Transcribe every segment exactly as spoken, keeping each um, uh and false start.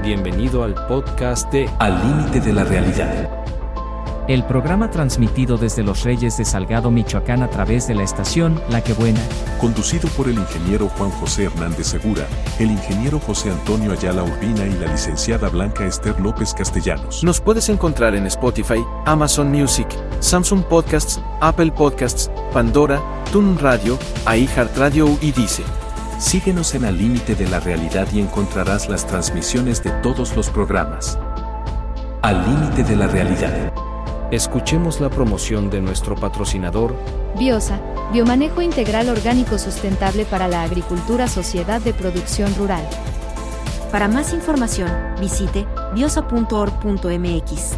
Bienvenido al podcast de Al Límite de la Realidad. El programa transmitido desde Los Reyes de Salgado, Michoacán a través de la estación La Que Buena. Conducido por el ingeniero Juan José Hernández Segura, el ingeniero José Antonio Ayala Urbina y la licenciada Blanca Esther López Castellanos. Nos puedes encontrar en Spotify, Amazon Music, Samsung Podcasts, Apple Podcasts, Pandora, TuneIn Radio, iHeartRadio y Deezer. Síguenos en Al Límite de la Realidad y encontrarás las transmisiones de todos los programas. Al Límite de la Realidad. Escuchemos la promoción de nuestro patrocinador, Biosa, Biomanejo Integral Orgánico Sustentable para la Agricultura Sociedad de Producción Rural. Para más información, visite biosa punto org punto m x.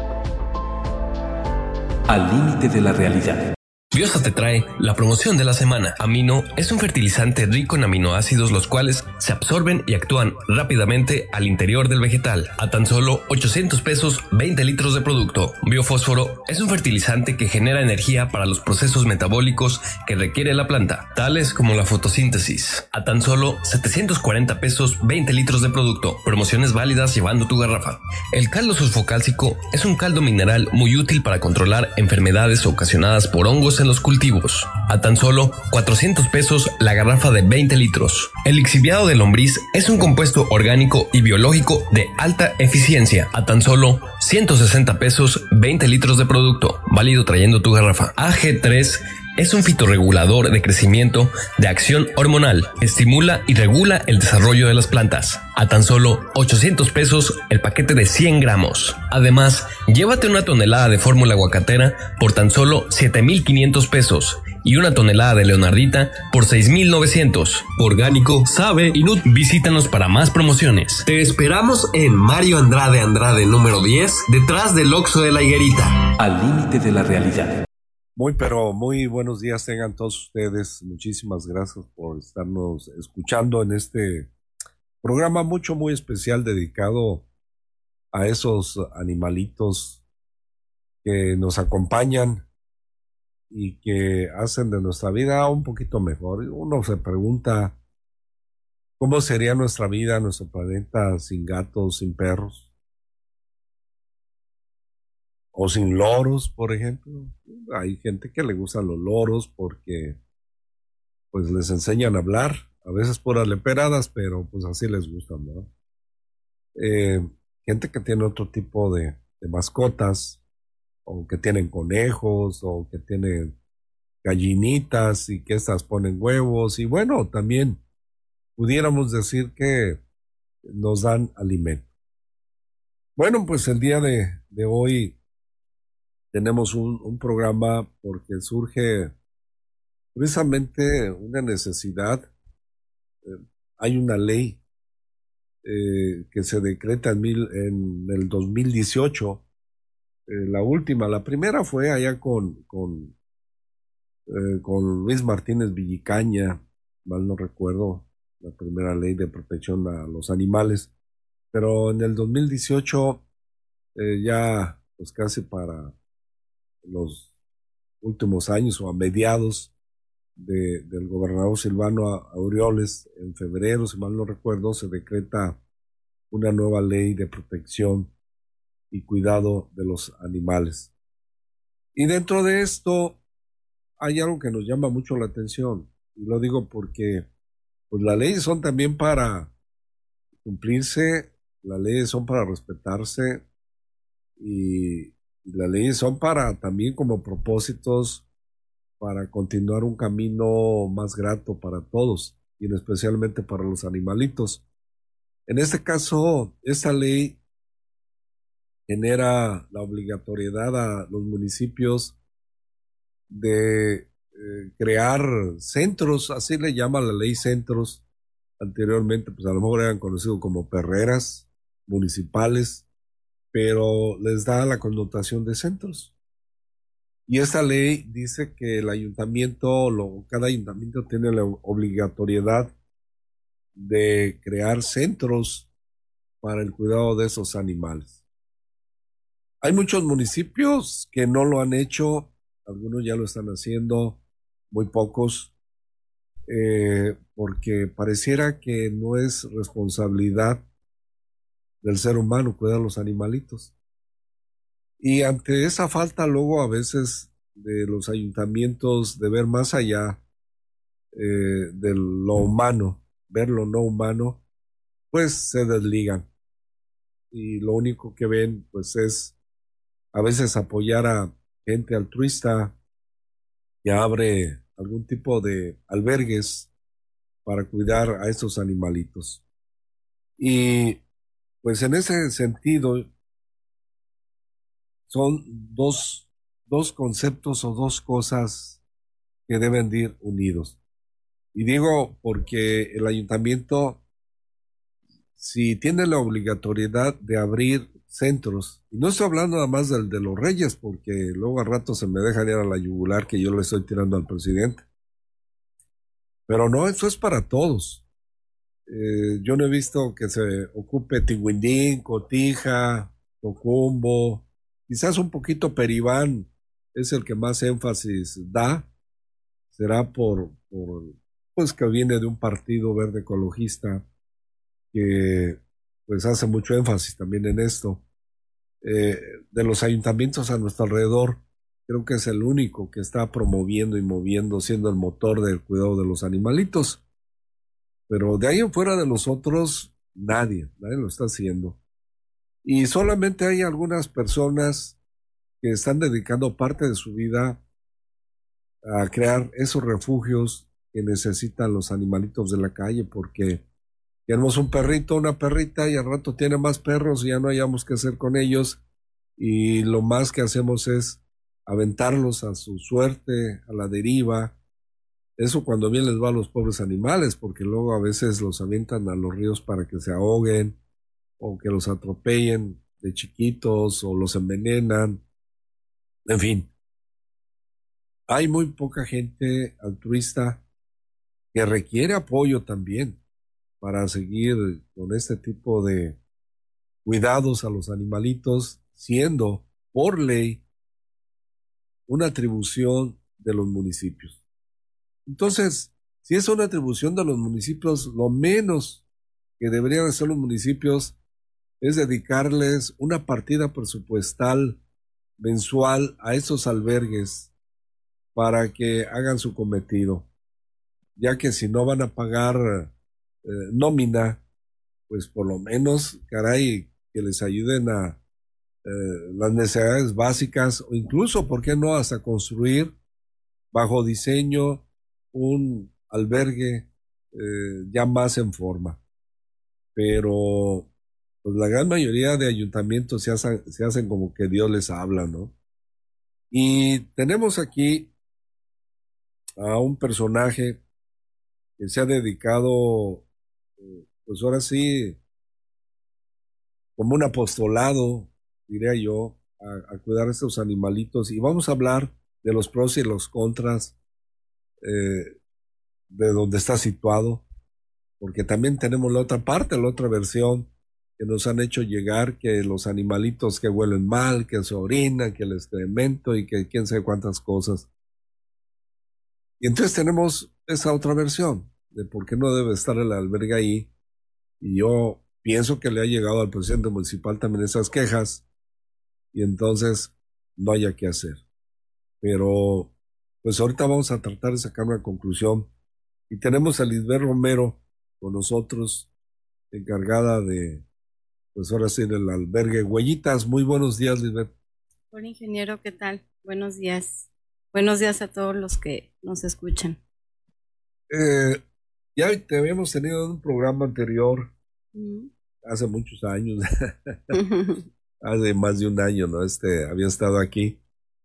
Al Límite de la Realidad. Biosa te trae la promoción de la semana. Amino es un fertilizante rico en aminoácidos, los cuales se absorben y actúan rápidamente al interior del vegetal. A tan solo ochocientos pesos, veinte litros de producto. Biofósforo es un fertilizante que genera energía para los procesos metabólicos que requiere la planta, tales como la fotosíntesis. A tan solo setecientos cuarenta pesos, veinte litros de producto. Promociones válidas llevando tu garrafa. El caldo sulfocálcico es un caldo mineral muy útil para controlar enfermedades ocasionadas por hongos en los cultivos. A tan solo cuatrocientos pesos la garrafa de veinte litros. El lixiviado de lombriz es un compuesto orgánico y biológico de alta eficiencia. A tan solo ciento sesenta pesos, veinte litros de producto, válido trayendo tu garrafa. A G tres es un fitorregulador de crecimiento de acción hormonal. Estimula y regula el desarrollo de las plantas. A tan solo ochocientos pesos el paquete de cien gramos. Además, llévate una tonelada de fórmula aguacatera por tan solo siete mil quinientos pesos y una tonelada de leonardita por seis mil novecientos. Orgánico, sabe y nut. Visítanos para más promociones. Te esperamos en Mario Andrade Andrade número diez, detrás del Oxxo de la Higuerita. Al Límite de la Realidad. Muy, pero muy buenos días tengan todos ustedes. Muchísimas gracias por estarnos escuchando en este programa mucho, muy especial dedicado a esos animalitos que nos acompañan y que hacen de nuestra vida un poquito mejor. Uno se pregunta, ¿cómo sería nuestra vida, nuestro planeta sin gatos, sin perros? O sin loros, por ejemplo. Hay gente que le gustan los loros porque pues les enseñan a hablar, a veces por leperadas, pero pues así les gustan, ¿no? Eh, gente que tiene otro tipo de, de mascotas, o que tienen conejos, o que tienen gallinitas y que estas ponen huevos, y bueno, también pudiéramos decir que nos dan alimento. Bueno, pues el día de, de hoy tenemos un, un programa porque surge precisamente una necesidad. Eh, hay una ley eh, que se decreta en, mil, en el dos mil dieciocho, eh, la última, la primera fue allá con, con, eh, con Luis Martínez Villicaña, mal no recuerdo, la primera ley de protección a los animales, pero en el dos mil dieciocho eh, ya pues casi para los últimos años o a mediados de, del gobernador Silvano Aureoles, en febrero, si mal no recuerdo, se decreta una nueva ley de protección y cuidado de los animales. Y dentro de esto hay algo que nos llama mucho la atención, y lo digo porque pues las leyes son también para cumplirse, las leyes son para respetarse, y Y las leyes son para también como propósitos para continuar un camino más grato para todos y especialmente para los animalitos. En este caso, esta ley genera la obligatoriedad a los municipios de eh, crear centros, así le llama la ley centros. Anteriormente, pues a lo mejor eran conocidos como perreras municipales, pero les da la connotación de centros. Y esta ley dice que el ayuntamiento, lo, cada ayuntamiento tiene la obligatoriedad de crear centros para el cuidado de esos animales. Hay muchos municipios que no lo han hecho, algunos ya lo están haciendo, muy pocos, eh, porque pareciera que no es responsabilidad del ser humano, cuidar a los animalitos. Y ante esa falta luego a veces de los ayuntamientos de ver más allá eh, de lo humano, ver lo no humano, pues se desligan. Y lo único que ven pues es a veces apoyar a gente altruista que abre algún tipo de albergues para cuidar a estos animalitos. Y pues en ese sentido son dos, dos conceptos o dos cosas que deben de ir unidos. Y digo porque el ayuntamiento, si tiene la obligatoriedad de abrir centros, y no estoy hablando nada más del de los Reyes, porque luego a rato se me dejan ir a la yugular que yo le estoy tirando al presidente. Pero no, eso es para todos. Eh, yo no he visto que se ocupe Tinguindín, Cotija, Tocumbo, quizás un poquito Peribán es el que más énfasis da, será por, por pues que viene de un partido verde ecologista que pues hace mucho énfasis también en esto. Eh, de los ayuntamientos a nuestro alrededor, creo que es el único que está promoviendo y moviendo, siendo el motor del cuidado de los animalitos. Pero de ahí en fuera de los otros, nadie, nadie lo está haciendo. Y solamente hay algunas personas que están dedicando parte de su vida a crear esos refugios que necesitan los animalitos de la calle, porque tenemos un perrito, una perrita, y al rato tiene más perros y ya no hayamos qué hacer con ellos, y lo más que hacemos es aventarlos a su suerte, a la deriva. Eso cuando bien les va a los pobres animales, porque luego a veces los avientan a los ríos para que se ahoguen, o que los atropellen de chiquitos, o los envenenan. En fin, hay muy poca gente altruista que requiere apoyo también para seguir con este tipo de cuidados a los animalitos, siendo por ley una atribución de los municipios. Entonces, si es una atribución de los municipios, lo menos que deberían hacer los municipios es dedicarles una partida presupuestal mensual a esos albergues para que hagan su cometido, ya que si no van a pagar eh, nómina, pues por lo menos, caray, que les ayuden a eh, las necesidades básicas, o incluso, ¿por qué no?, hasta construir bajo diseño un albergue eh, ya más en forma. Pero pues la gran mayoría de ayuntamientos se hacen, se hacen como que Dios les habla, ¿no? Y tenemos aquí a un personaje que se ha dedicado, eh, pues ahora sí, como un apostolado, diría yo, a, a cuidar a estos animalitos. Y vamos a hablar de los pros y los contras eh, de donde está situado, porque también tenemos la otra parte, la otra versión que nos han hecho llegar, que los animalitos que huelen mal, que se orinan, que el excremento y que quién sabe cuántas cosas. Y entonces tenemos esa otra versión de por qué no debe estar el albergue ahí. Y yo pienso que le ha llegado al presidente municipal también esas quejas, y entonces no haya qué hacer. Pero pues ahorita vamos a tratar de sacar una conclusión. Y tenemos a Lisbeth Romero con nosotros, encargada de, pues ahora sí, del albergue Huellitas. Muy buenos días, Lisbeth. Hola, ingeniero, ¿qué tal? Buenos días. Buenos días a todos los que nos escuchan. Eh, ya te habíamos tenido en un programa anterior, uh-huh. hace muchos años, hace más de un año, ¿no? Este, había estado aquí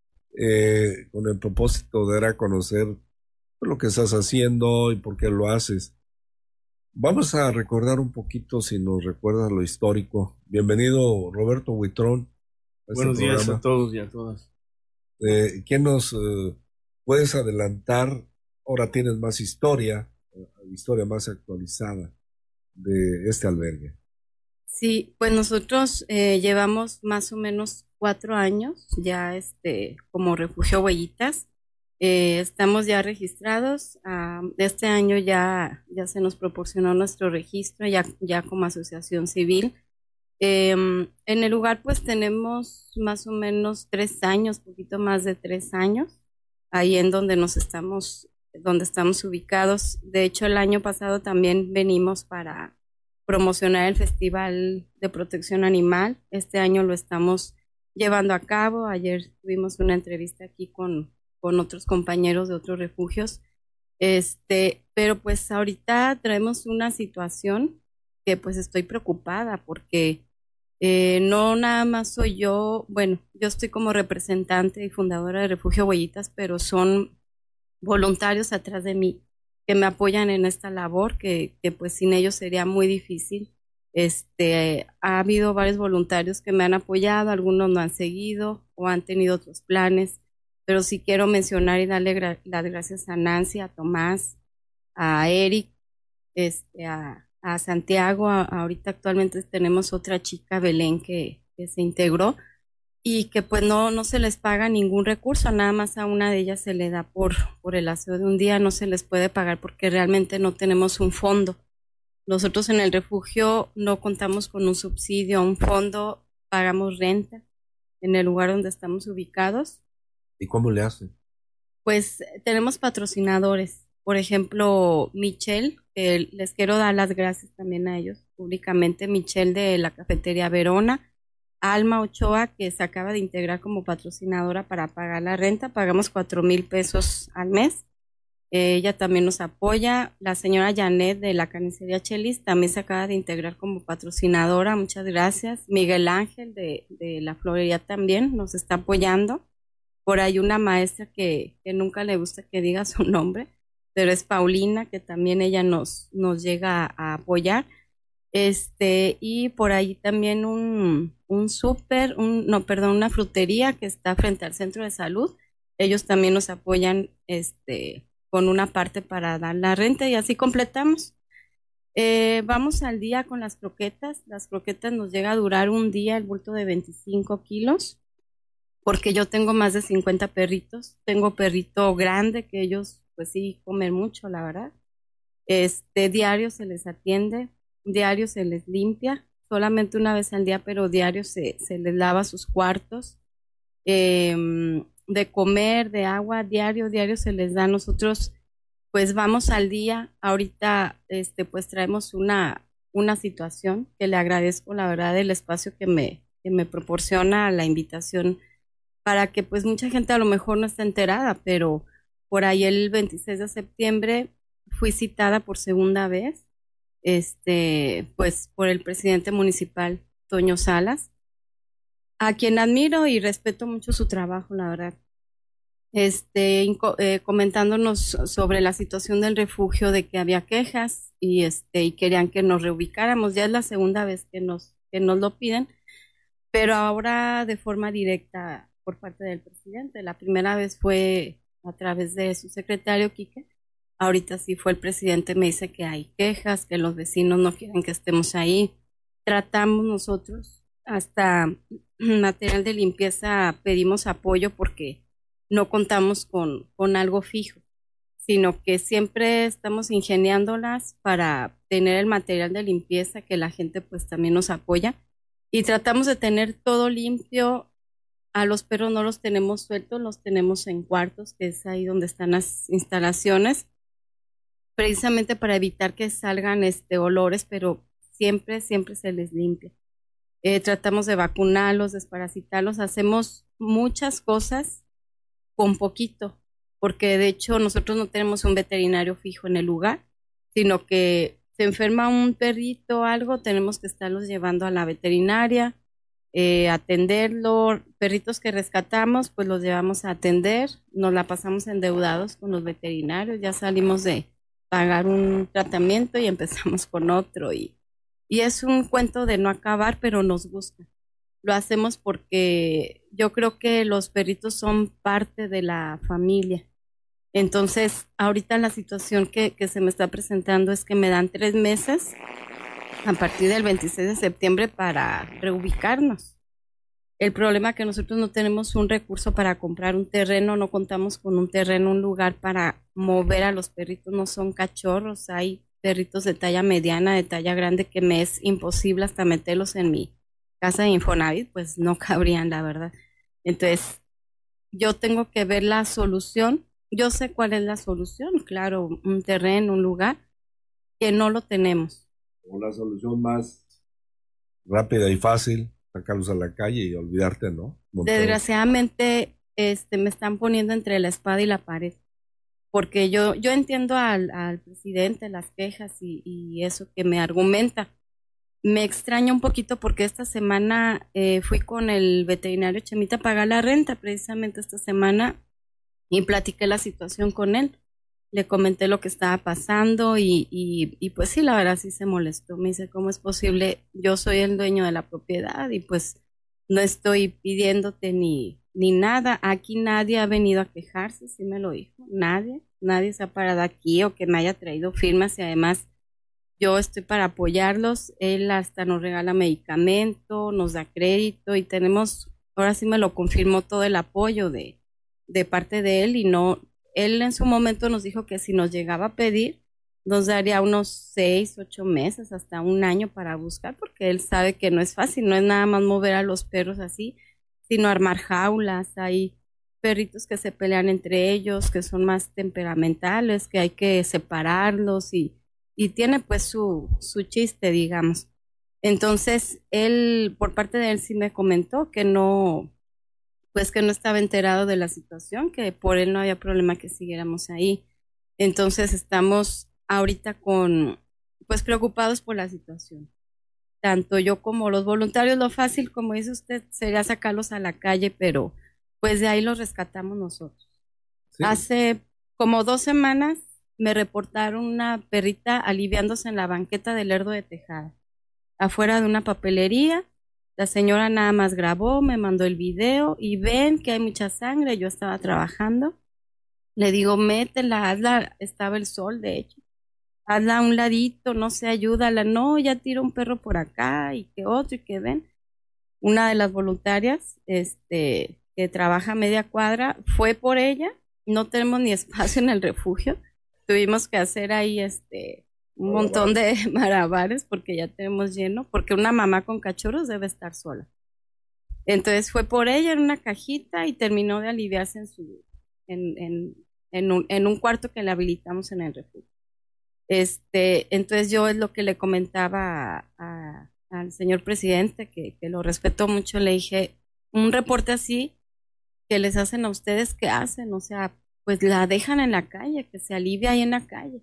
eh, con el propósito de dar a conocer lo que estás haciendo y por qué lo haces. Vamos a recordar un poquito, si nos recuerdas lo histórico. Bienvenido, Roberto Huitrón. Buenos días programa. A todos y a todas. Eh, ¿Qué nos eh, puedes adelantar? Ahora tienes más historia, historia más actualizada de este albergue. Sí, pues nosotros eh, llevamos más o menos cuatro años ya este, como Refugio Huellitas. Eh, estamos ya registrados. Uh, este año ya, ya se nos proporcionó nuestro registro ya, ya como asociación civil. Eh, en el lugar pues tenemos más o menos tres años, poquito más de tres años, ahí en donde nos estamos, donde estamos ubicados. De hecho, el año pasado también venimos para promocionar el Festival de Protección Animal. Este año lo estamos llevando a cabo. Ayer tuvimos una entrevista aquí con, con otros compañeros de otros refugios. Este, pero pues ahorita traemos una situación que pues estoy preocupada porque eh, no nada más soy yo, bueno, yo estoy como representante y fundadora de Refugio Huellitas, pero son voluntarios atrás de mí que me apoyan en esta labor, que, que pues sin ellos sería muy difícil. Este, ha habido varios voluntarios que me han apoyado, algunos no han seguido o han tenido otros planes, pero sí quiero mencionar y darle gra- las gracias a Nancy, a Tomás, a Eric, este, a, a Santiago. A, ahorita actualmente tenemos otra chica, Belén, que, que se integró y que pues no, no se les paga ningún recurso, nada más a una de ellas se le da por, por el aseo de un día, no se les puede pagar porque realmente no tenemos un fondo. Nosotros en el refugio no contamos con un subsidio, un fondo, pagamos renta en el lugar donde estamos ubicados. ¿Y cómo le hacen? Pues tenemos patrocinadores, por ejemplo, Michelle, que les quiero dar las gracias también a ellos públicamente, Michelle de la cafetería Verona, Alma Ochoa, que se acaba de integrar como patrocinadora para pagar la renta, pagamos cuatro mil pesos al mes. Eh, ella también nos apoya. La señora Janet de la carnicería Chelis también se acaba de integrar como patrocinadora, muchas gracias. Miguel Ángel de, de la florería también nos está apoyando. Por ahí una maestra que, que nunca le gusta que diga su nombre, pero es Paulina, que también ella nos, nos llega a, a apoyar. Este, y por ahí también un, un súper, un, no, perdón, una frutería que está frente al centro de salud. Ellos también nos apoyan, este, con una parte para dar la renta y así completamos. Eh, vamos al día con las croquetas. Las croquetas nos llega a durar un día el bulto de veinticinco kilos, porque yo tengo más de cincuenta perritos. Tengo perrito grande que ellos pues sí comen mucho, la verdad. Este, diario se les atiende, diario se les limpia, solamente una vez al día, pero diario se, se les lava sus cuartos. Eh, de comer, de agua, diario, diario se les da. Nosotros pues vamos al día. Ahorita este pues traemos una, una situación que le agradezco la verdad el espacio que me, que me proporciona la invitación para que pues mucha gente a lo mejor no está enterada, pero por ahí el veintiséis de septiembre fui citada por segunda vez este pues por el presidente municipal Toño Salas, a quien admiro y respeto mucho su trabajo, la verdad. Este, eh, comentándonos sobre la situación del refugio, de que había quejas y este y querían que nos reubicáramos. Ya es la segunda vez que nos que nos lo piden, pero ahora de forma directa por parte del presidente. La primera vez fue a través de su secretario Quique. Ahorita sí fue el presidente, me dice que hay quejas, que los vecinos no quieren que estemos ahí. Tratamos nosotros hasta material de limpieza, pedimos apoyo porque no contamos con, con algo fijo, sino que siempre estamos ingeniándolas para tener el material de limpieza, que la gente pues también nos apoya, y tratamos de tener todo limpio. A los perros no los tenemos sueltos, los tenemos en cuartos, que es ahí donde están las instalaciones, precisamente para evitar que salgan este olores, pero siempre, siempre se les limpia. Eh, tratamos de vacunarlos, desparasitarlos, hacemos muchas cosas con poquito, porque de hecho nosotros no tenemos un veterinario fijo en el lugar, sino que se enferma un perrito o algo, tenemos que estarlos llevando a la veterinaria, eh, atenderlo. Perritos que rescatamos, pues los llevamos a atender, nos la pasamos endeudados con los veterinarios, ya salimos de pagar un tratamiento y empezamos con otro, y Y es un cuento de no acabar, pero nos gusta. Lo hacemos porque yo creo que los perritos son parte de la familia. Entonces, ahorita la situación que, que se me está presentando es que me dan tres meses a partir del veintiséis de septiembre para reubicarnos. El problema es que nosotros no tenemos un recurso para comprar un terreno, no contamos con un terreno, un lugar para mover a los perritos, no son cachorros, hay perritos de talla mediana, de talla grande, que me es imposible hasta meterlos en mi, casa de Infonavit, pues no cabrían, la verdad. Entonces, yo tengo que ver la solución. Yo sé cuál es la solución, claro, un terreno, un lugar, que no lo tenemos. O la solución más rápida y fácil, sacarlos a la calle y olvidarte, ¿no? Montar. Desgraciadamente, este, me están poniendo entre la espada y la pared, porque yo, yo entiendo al, al presidente las quejas y, y eso que me argumenta. Me extraña un poquito porque esta semana eh, fui con el veterinario Chemita a pagar la renta, precisamente esta semana, y platiqué la situación con él. Le comenté lo que estaba pasando y, y, y pues sí, la verdad sí se molestó. Me dice, ¿cómo es posible? Yo soy el dueño de la propiedad y pues no estoy pidiéndote ni, ni nada. Aquí nadie ha venido a quejarse, sí me lo dijo. Nadie, nadie se ha parado aquí o que me haya traído firmas y además yo estoy para apoyarlos. Él hasta nos regala medicamento, nos da crédito y tenemos, ahora sí me lo confirmó todo el apoyo de, de parte de él y no... Él en su momento nos dijo que si nos llegaba a pedir, nos daría unos seis, ocho meses, hasta un año para buscar, porque él sabe que no es fácil, no es nada más mover a los perros así, sino armar jaulas. Hay perritos que se pelean entre ellos, que son más temperamentales, que hay que separarlos y, y tiene pues su, su chiste, digamos. Entonces, él, por parte de él sí me comentó que no... pues que no estaba enterado de la situación, que por él no había problema que siguiéramos ahí. Entonces estamos ahorita con, pues preocupados por la situación. Tanto yo como los voluntarios, lo fácil, como dice usted, sería sacarlos a la calle, pero pues de ahí los rescatamos nosotros. Sí. Hace como dos semanas me reportaron una perrita aliviándose en la banqueta del Lerdo de Tejada, afuera de una papelería. La señora nada más grabó, me mandó el video y ven que hay mucha sangre. Yo estaba trabajando. Le digo, métela, hazla, estaba el sol, de hecho. Hazla a un ladito, no sé, ayúdala. No, ya tira un perro por acá y que otro y que ven. Una de las voluntarias, este, que trabaja a media cuadra, fue por ella. No tenemos ni espacio en el refugio. Tuvimos que hacer ahí, este... un montón de malabares porque ya tenemos lleno, porque una mamá con cachorros debe estar sola. Entonces fue por ella en una cajita y terminó de aliviarse en su en, en, en, un, en un cuarto que le habilitamos en el refugio. Este, entonces yo es lo que le comentaba a, a, al señor presidente, que, que lo respeto mucho, le dije, un reporte así que les hacen a ustedes, ¿qué hacen? O sea, pues la dejan en la calle, que se alivie ahí en la calle.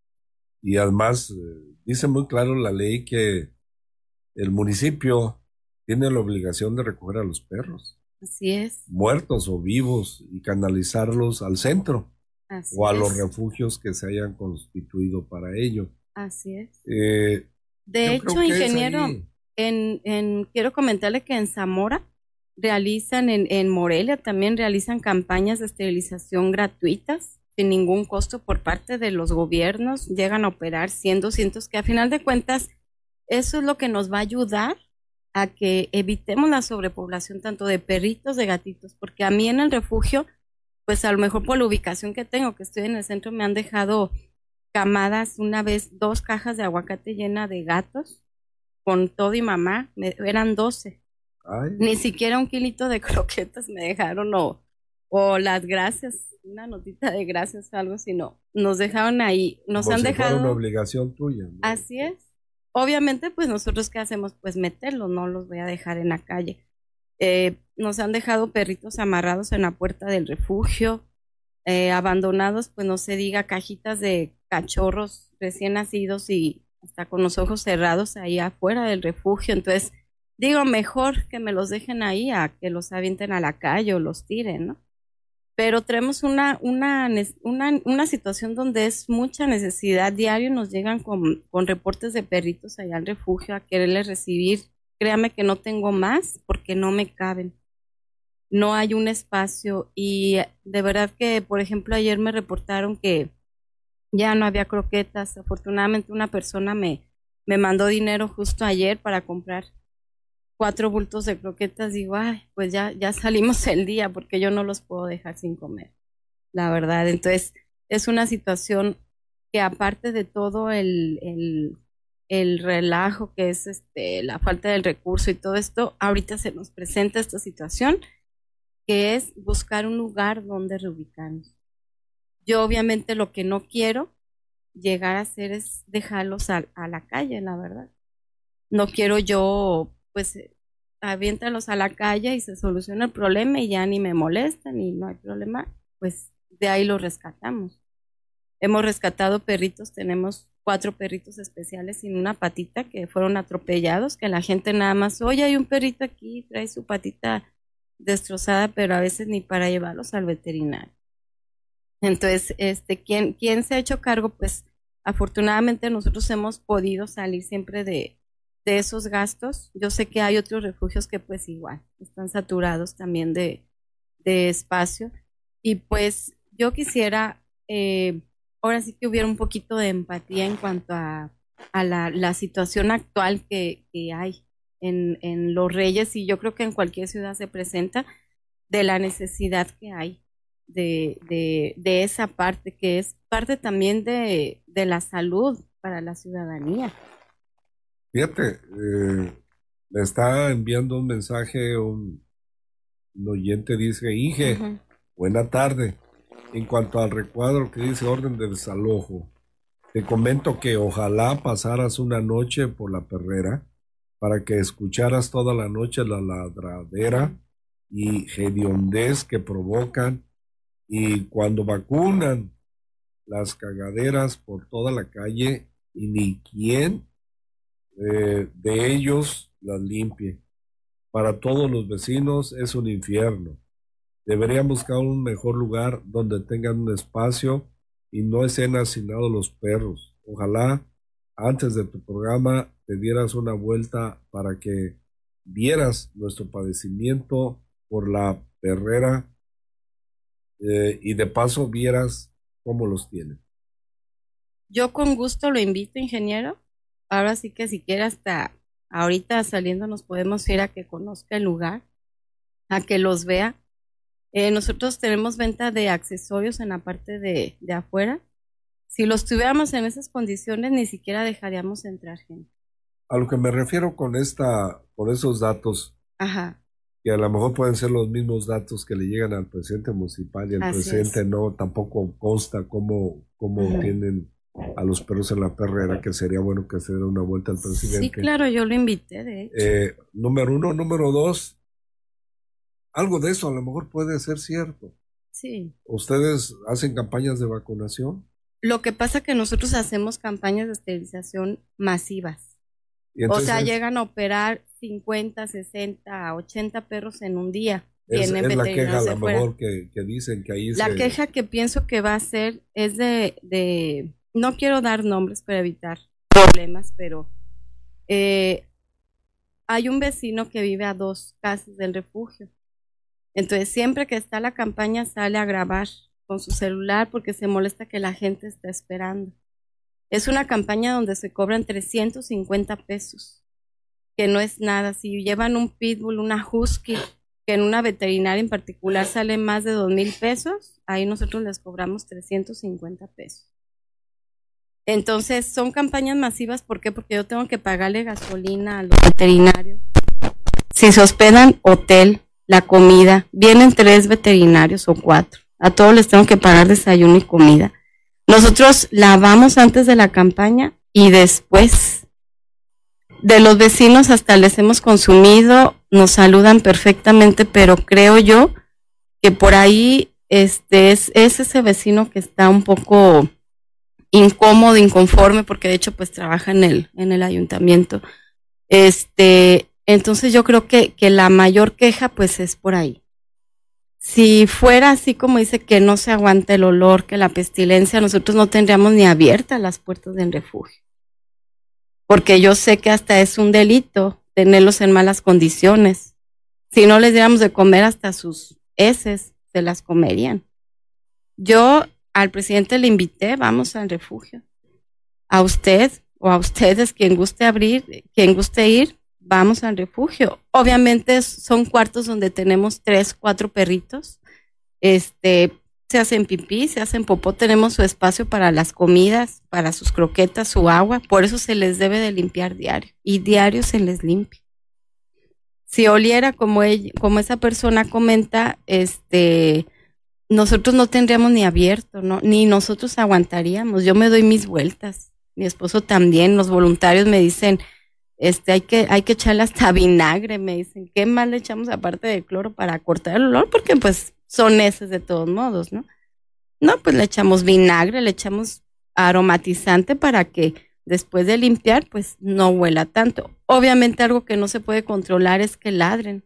Y además, eh, dice muy claro la ley que el municipio tiene la obligación de recoger a los perros. Así es. Muertos o vivos y canalizarlos al centro. Así o a es. los refugios que se hayan constituido para ello. Así es. Eh, de hecho, ingeniero, en, en, quiero comentarle que en Zamora realizan, en, en Morelia también realizan campañas de esterilización gratuitas, sin ningún costo por parte de los gobiernos. Llegan a operar cien, doscientos, que a final de cuentas eso es lo que nos va a ayudar a que evitemos la sobrepoblación tanto de perritos, de gatitos, porque a mí en el refugio, pues a lo mejor por la ubicación que tengo, que estoy en el centro, me han dejado camadas, una vez dos cajas de aguacate llena de gatos, con todo y mamá, me, eran doce. Ay. Ni siquiera un kilito de croquetas me dejaron o, o las gracias, una notita de gracias o algo, sino nos dejaron ahí, nos Como han si dejado. Fuera una obligación tuya, ¿no? Así es. Obviamente, pues nosotros qué hacemos, pues meterlos, no los voy a dejar en la calle. Eh, nos han dejado perritos amarrados en la puerta del refugio, eh, abandonados, pues no se diga, cajitas de cachorros recién nacidos y hasta con los ojos cerrados ahí afuera del refugio. Entonces, digo, mejor que me los dejen ahí a que los avienten a la calle o los tiren, ¿no? Pero tenemos una, una, una, una situación donde es mucha necesidad. Diario nos llegan con, con reportes de perritos allá al refugio a quererles recibir. Créame que no tengo más porque no me caben. No hay un espacio y de verdad que, por ejemplo, ayer me reportaron que ya no había croquetas. Afortunadamente una persona me, me mandó dinero justo ayer para comprar cuatro bultos de croquetas. Digo, ay, pues ya, ya salimos el día porque yo no los puedo dejar sin comer, la verdad. Entonces es una situación que aparte de todo el, el el relajo que es este la falta del recurso y todo esto, ahorita se nos presenta esta situación que es buscar un lugar donde reubicarnos. Yo obviamente lo que no quiero llegar a hacer es dejarlos a, a la calle, la verdad. No quiero yo, pues, aviéntalos a la calle y se soluciona el problema y ya ni me molestan y no hay problema, pues de ahí los rescatamos. Hemos rescatado perritos, tenemos cuatro perritos especiales sin una patita que fueron atropellados, que la gente nada más, oye, hay un perrito aquí, trae su patita destrozada, pero a veces ni para llevarlos al veterinario. Entonces, este, ¿quién, quién se ha hecho cargo? Pues afortunadamente nosotros hemos podido salir siempre de, de esos gastos. Yo sé que hay otros refugios que pues igual están saturados también de, de espacio. Y pues yo quisiera, eh, ahora sí que hubiera un poquito de empatía en cuanto a, a la, la situación actual que, que hay en, en Los Reyes, y yo creo que en cualquier ciudad se presenta, de la necesidad que hay de, de, de esa parte, que es parte también de, de la salud para la ciudadanía. Fíjate, eh, me está enviando un mensaje, un, un oyente dice, Ige, uh-huh. Buena tarde. En cuanto al recuadro que dice orden de desalojo, te comento que ojalá pasaras una noche por la perrera para que escucharas toda la noche la ladradera y hediondez que provocan, y cuando vacunan las cagaderas por toda la calle y ni quien eh, de ellos las limpie. Para todos los vecinos es un infierno. Deberían buscar un mejor lugar donde tengan un espacio y no estén hacinados los perros. Ojalá antes de tu programa te dieras una vuelta para que vieras nuestro padecimiento por la perrera eh, y de paso vieras cómo los tienen. Yo con gusto lo invito, ingeniero. Ahora sí que si quiere hasta ahorita saliendo nos podemos ir a que conozca el lugar, a que los vea. Eh, nosotros tenemos venta de accesorios en la parte de, de afuera. Si los tuviéramos en esas condiciones, ni siquiera dejaríamos entrar gente. A lo que me refiero con esta, con esos datos, ajá, que a lo mejor pueden ser los mismos datos que le llegan al presidente municipal y el Así presidente es. no tampoco consta cómo, cómo uh-huh. tienen a los perros en la perrera, que sería bueno que se dé una vuelta al presidente. Sí, claro, yo lo invité, de hecho. Eh, número uno, número dos, algo de eso a lo mejor puede ser cierto. Sí. ¿Ustedes hacen campañas de vacunación? Lo que pasa es que nosotros hacemos campañas de esterilización masivas. Entonces, o sea, llegan a operar cincuenta, sesenta, ochenta perros en un día. Es, es la queja a lo mejor que, que dicen que ahí La se... queja que pienso que va a ser es de, de... No quiero dar nombres para evitar problemas, pero eh, hay un vecino que vive a dos casas del refugio. Entonces, siempre que está la campaña sale a grabar con su celular porque se molesta que la gente está esperando. Es una campaña donde se cobran trescientos cincuenta pesos, que no es nada. Si llevan un pitbull, una husky, que en una veterinaria en particular sale más de dos mil pesos, ahí nosotros les cobramos trescientos cincuenta pesos. Entonces, son campañas masivas. ¿Por qué? Porque yo tengo que pagarle gasolina a los veterinarios. Si se hospedan, hotel, la comida, vienen tres veterinarios o cuatro. A todos les tengo que pagar desayuno y comida. Nosotros lavamos antes de la campaña y después. De los vecinos hasta les hemos consumido, nos saludan perfectamente, pero creo yo que por ahí este es, es ese vecino que está un poco incómodo, inconforme, porque de hecho pues trabaja en el, en el ayuntamiento. Este, entonces yo creo que, que la mayor queja pues es por ahí. Si fuera así como dice, que no se aguanta el olor, que la pestilencia, nosotros no tendríamos ni abiertas las puertas del refugio. Porque yo sé que hasta es un delito tenerlos en malas condiciones. Si no les diéramos de comer, hasta sus heces se las comerían. Yo al presidente le invité, vamos al refugio. A usted o a ustedes, quien guste abrir, quien guste ir, vamos al refugio. Obviamente son cuartos donde tenemos tres, cuatro perritos. Este, se hacen pipí, se hacen popó, tenemos su espacio para las comidas, para sus croquetas, su agua, por eso se les debe de limpiar diario, y diario se les limpia. Si oliera como ella, como esa persona comenta, este, nosotros no tendríamos ni abierto, ¿no? Ni nosotros aguantaríamos. Yo me doy mis vueltas, mi esposo también, los voluntarios me dicen, este, hay que, hay que echarle hasta vinagre, me dicen, ¿qué más le echamos aparte de cloro para cortar el olor? Porque pues son heces de todos modos, ¿no? No, pues le echamos vinagre, le echamos aromatizante para que después de limpiar, pues no huela tanto. Obviamente algo que no se puede controlar es que ladren,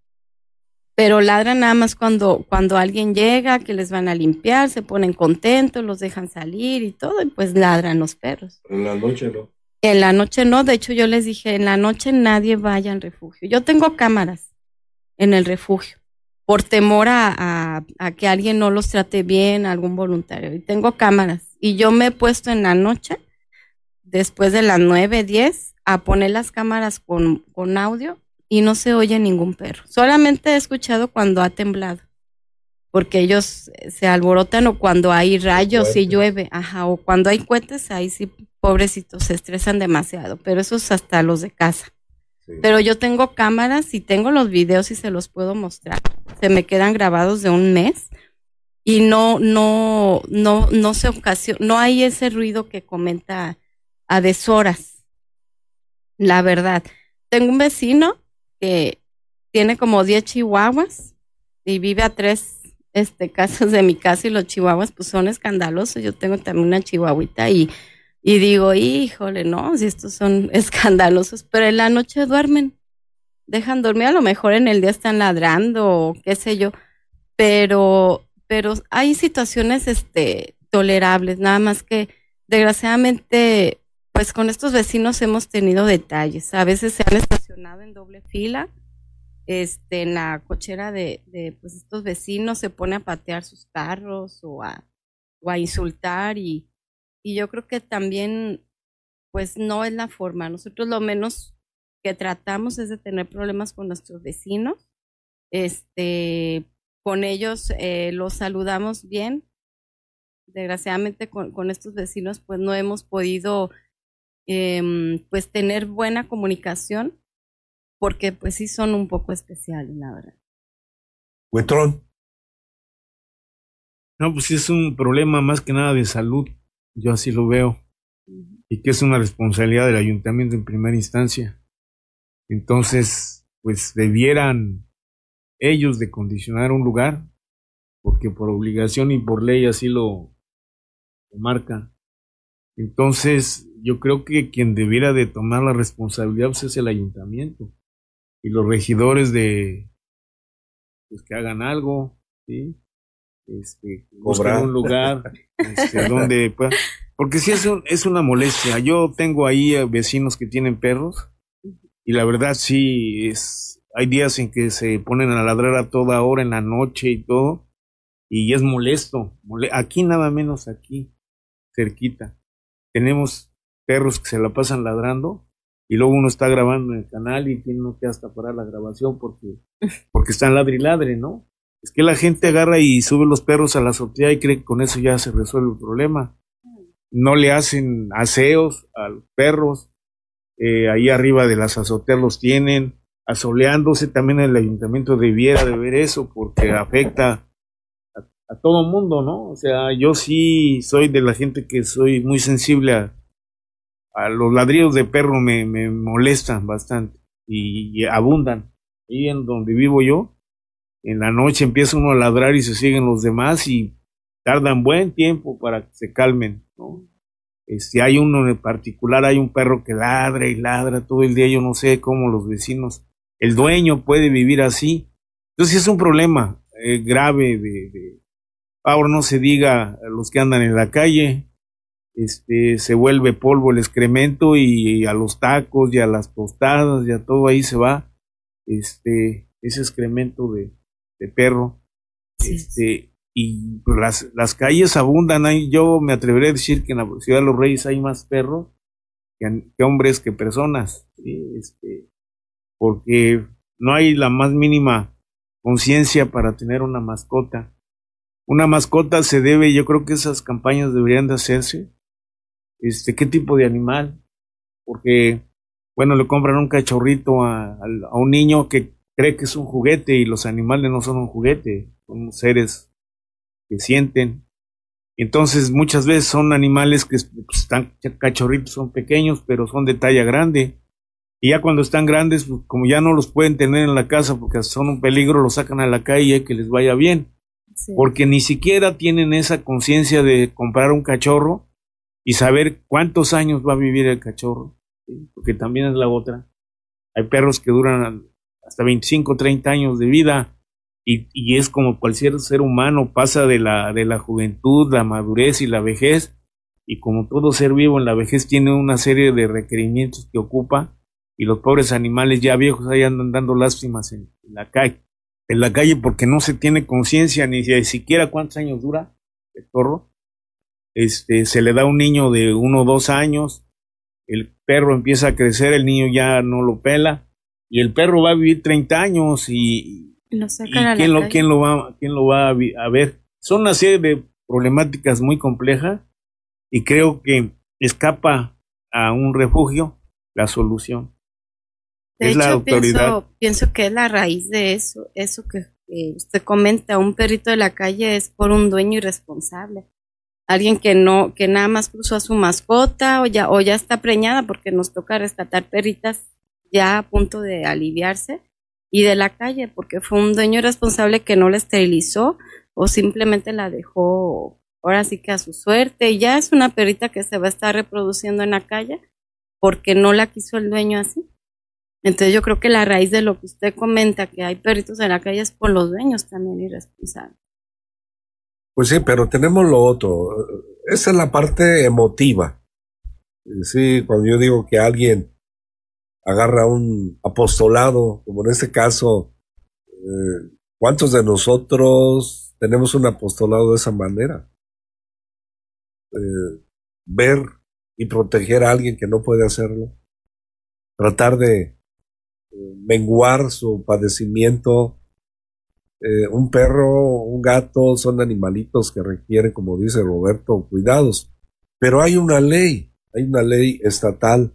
pero ladran nada más cuando, cuando alguien llega, que les van a limpiar, se ponen contentos, los dejan salir y todo, y pues ladran los perros. En la noche no. En la noche no, de hecho yo les dije, en la noche nadie vaya al refugio. Yo tengo cámaras en el refugio, por temor a, a, a que alguien no los trate bien, algún voluntario, y tengo cámaras, y yo me he puesto en la noche, después de las nueve, diez, a poner las cámaras con, con audio y no se oye ningún perro. Solamente he escuchado cuando ha temblado, porque ellos se alborotan o cuando hay rayos y llueve, ajá, o cuando hay cohetes, ahí sí, pobrecitos, se estresan demasiado, pero eso es hasta los de casa. Sí. Pero yo tengo cámaras y tengo los videos y se los puedo mostrar. Se me quedan grabados de un mes y no, no, no, no se ocasiona, no hay ese ruido que comenta a deshoras, la verdad. Tengo un vecino que tiene como diez chihuahuas y vive a tres este, casas de mi casa, y los chihuahuas pues son escandalosos. Yo tengo también una chihuahuita y, y digo, híjole, no, si estos son escandalosos, pero en la noche duermen, dejan dormir, a lo mejor en el día están ladrando o qué sé yo, pero, pero hay situaciones este, tolerables, nada más que desgraciadamente pues con estos vecinos hemos tenido detalles. A veces se han estacionado en doble fila, este, en la cochera de, de pues estos vecinos, se pone a patear sus carros o a, o a insultar, y, y yo creo que también pues no es la forma. Nosotros lo menos que tratamos es de tener problemas con nuestros vecinos. Este, con ellos eh, los saludamos bien. Desgraciadamente con, con estos vecinos pues no hemos podido Eh, pues tener buena comunicación, porque pues sí son un poco especiales, la verdad. Huetrón. No, pues sí es un problema más que nada de salud, yo así lo veo, uh-huh. Y que es una responsabilidad del ayuntamiento en primera instancia. Entonces, pues debieran ellos de condicionar un lugar, porque por obligación y por ley así lo, lo marca. Entonces, yo creo que quien debiera de tomar la responsabilidad pues, es el ayuntamiento y los regidores de pues que hagan algo, ¿sí? Este, buscar un lugar este, donde pues, porque sí es, un, es una molestia. Yo tengo ahí vecinos que tienen perros y la verdad sí es, hay días en que se ponen a ladrar a toda hora en la noche y todo, y es molesto. Mole- aquí nada menos aquí cerquita tenemos perros que se la pasan ladrando y luego uno está grabando en el canal y tiene uno que hasta parar la grabación porque, porque están ladre y ladre, ¿no? Es que la gente agarra y sube los perros a la azotea y cree que con eso ya se resuelve el problema. No le hacen aseos a los perros, eh, ahí arriba de las azoteas los tienen, asoleándose. También el ayuntamiento debiera de ver eso porque afecta a todo mundo, ¿no? O sea, yo sí soy de la gente que soy muy sensible a, a los ladridos de perro, me, me molestan bastante y, y abundan. Ahí en donde vivo yo, en la noche empieza uno a ladrar y se siguen los demás y tardan buen tiempo para que se calmen, ¿no? Este, hay uno en particular, hay un perro que ladra y ladra todo el día, yo no sé cómo los vecinos, el dueño puede vivir así. Entonces es un problema eh, grave de, de ahora no se diga a los que andan en la calle, este, se vuelve polvo el excremento y, y a los tacos y a las tostadas y a todo ahí se va, este, ese excremento de, de perro, sí. Este, y las, las calles abundan ahí. Yo me atreveré a decir que en la Ciudad de los Reyes hay más perros que, que hombres que personas, ¿sí? Este, porque no hay la más mínima conciencia para tener una mascota. una mascota se debe, yo creo que esas campañas deberían de hacerse. Este, ¿qué tipo de animal? Porque, bueno, le compran un cachorrito a, a, a un niño que cree que es un juguete y los animales no son un juguete, son seres que sienten. Entonces muchas veces son animales que están cachorritos, son pequeños, pero son de talla grande. Y ya cuando están grandes, pues, como ya no los pueden tener en la casa porque son un peligro, los sacan a la calle que les vaya bien. Sí. Porque ni siquiera tienen esa conciencia de comprar un cachorro y saber cuántos años va a vivir el cachorro, ¿sí? Porque también es la otra. Hay perros que duran hasta veinticinco, treinta años de vida. Y, y es como cualquier ser humano, pasa de la, de la juventud, la madurez y la vejez, y como todo ser vivo en la vejez tiene una serie de requerimientos que ocupa, y los pobres animales ya viejos ahí andan dando lástimas en, en la calle, en la calle porque no se tiene conciencia ni siquiera cuántos años dura el perro. Este, se le da a un niño de uno o dos años, el perro empieza a crecer, el niño ya no lo pela, y el perro va a vivir treinta años y Lo ¿Y quién lo, quién, lo va, quién lo va a, a ver? Son una serie de problemáticas muy complejas y creo que escapa a un refugio la solución. De es hecho, la autoridad. Pienso, pienso que es la raíz de eso, eso que, que usted comenta, un perrito de la calle es por un dueño irresponsable. Alguien que no, que nada más cruzó a su mascota o ya, o ya está preñada, porque nos toca rescatar perritas ya a punto de aliviarse. Y de la calle, porque fue un dueño irresponsable que no la esterilizó o simplemente la dejó ahora sí que a su suerte. Y ya es una perrita que se va a estar reproduciendo en la calle porque no la quiso el dueño así. Entonces yo creo que la raíz de lo que usted comenta, que hay perritos en la calle, es por los dueños también irresponsables. Pues sí, pero tenemos lo otro. Esa es la parte emotiva. Sí, cuando yo digo que alguien agarra un apostolado, como en este caso, eh, ¿cuántos de nosotros tenemos un apostolado de esa manera? Eh, ver y proteger a alguien que no puede hacerlo, tratar de eh, menguar su padecimiento. Eh, un perro, un gato son animalitos que requieren, como dice Roberto, cuidados, pero hay una ley, hay una ley estatal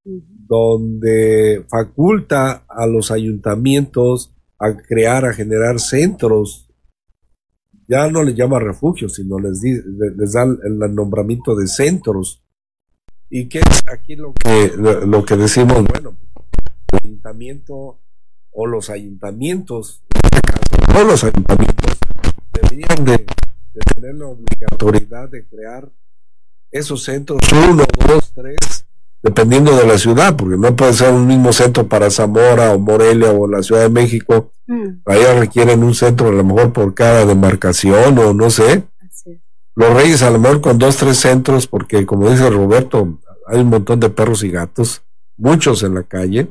donde faculta a los ayuntamientos a crear, a generar centros. Ya no les llama refugios, sino les, di, les da el, el nombramiento de centros. Y que es aquí lo que, lo, lo que decimos, bueno, el ayuntamiento o los ayuntamientos, en este caso, no los ayuntamientos, deberían de, de tener la obligatoriedad de crear esos centros, uno, dos, tres, dependiendo de la ciudad, porque no puede ser un mismo centro para Zamora o Morelia o la Ciudad de México. Mm. Allá requieren un centro a lo mejor por cada demarcación o no sé. Así. Los Reyes a lo mejor con dos, tres centros, porque como dice Roberto, hay un montón de perros y gatos, muchos en la calle.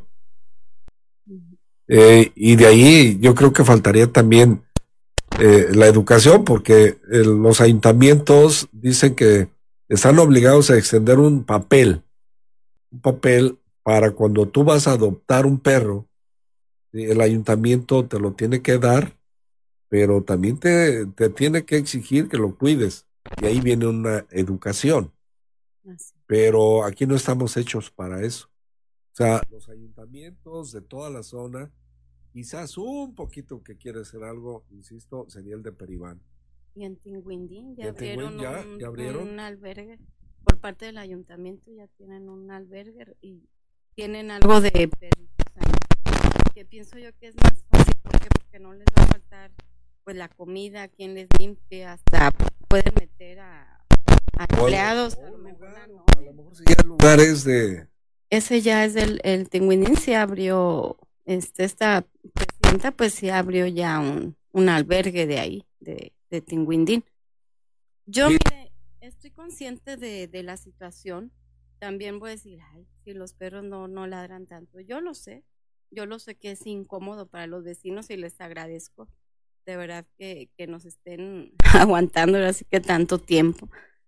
Mm. Eh, y de ahí yo creo que faltaría también eh, la educación, porque eh, los ayuntamientos dicen que están obligados a extender un papel un papel para cuando tú vas a adoptar un perro, el ayuntamiento te lo tiene que dar, pero también te, te tiene que exigir que lo cuides, y ahí viene una educación. Así. Pero aquí no estamos hechos para eso. O sea, los ayuntamientos de toda la zona, quizás un poquito que quiere hacer algo, insisto, sería el de Peribán. Y en Tinguindín ya, abrieron, ya, un, ya abrieron un albergue. Por parte del ayuntamiento ya tienen un albergue y tienen algo de perritos ahí, que pienso yo que es más fácil. ¿Por qué? Porque no les va a faltar pues la comida, quien les limpie, hasta pueden meter a, a empleados. A lo mejor, no. A lo mejor si ya el lugar es de... Ese ya es del el Tinguindín, se abrió, este, esta presidenta pues se abrió ya un, un albergue de ahí, de, de Tinguindín. Yo sí. mire, estoy consciente de, de la situación. También voy a decir, ay, si los perros no, no ladran tanto. Yo lo sé, yo lo sé que es incómodo para los vecinos y les agradezco de verdad que, que nos estén aguantando así que tanto tiempo.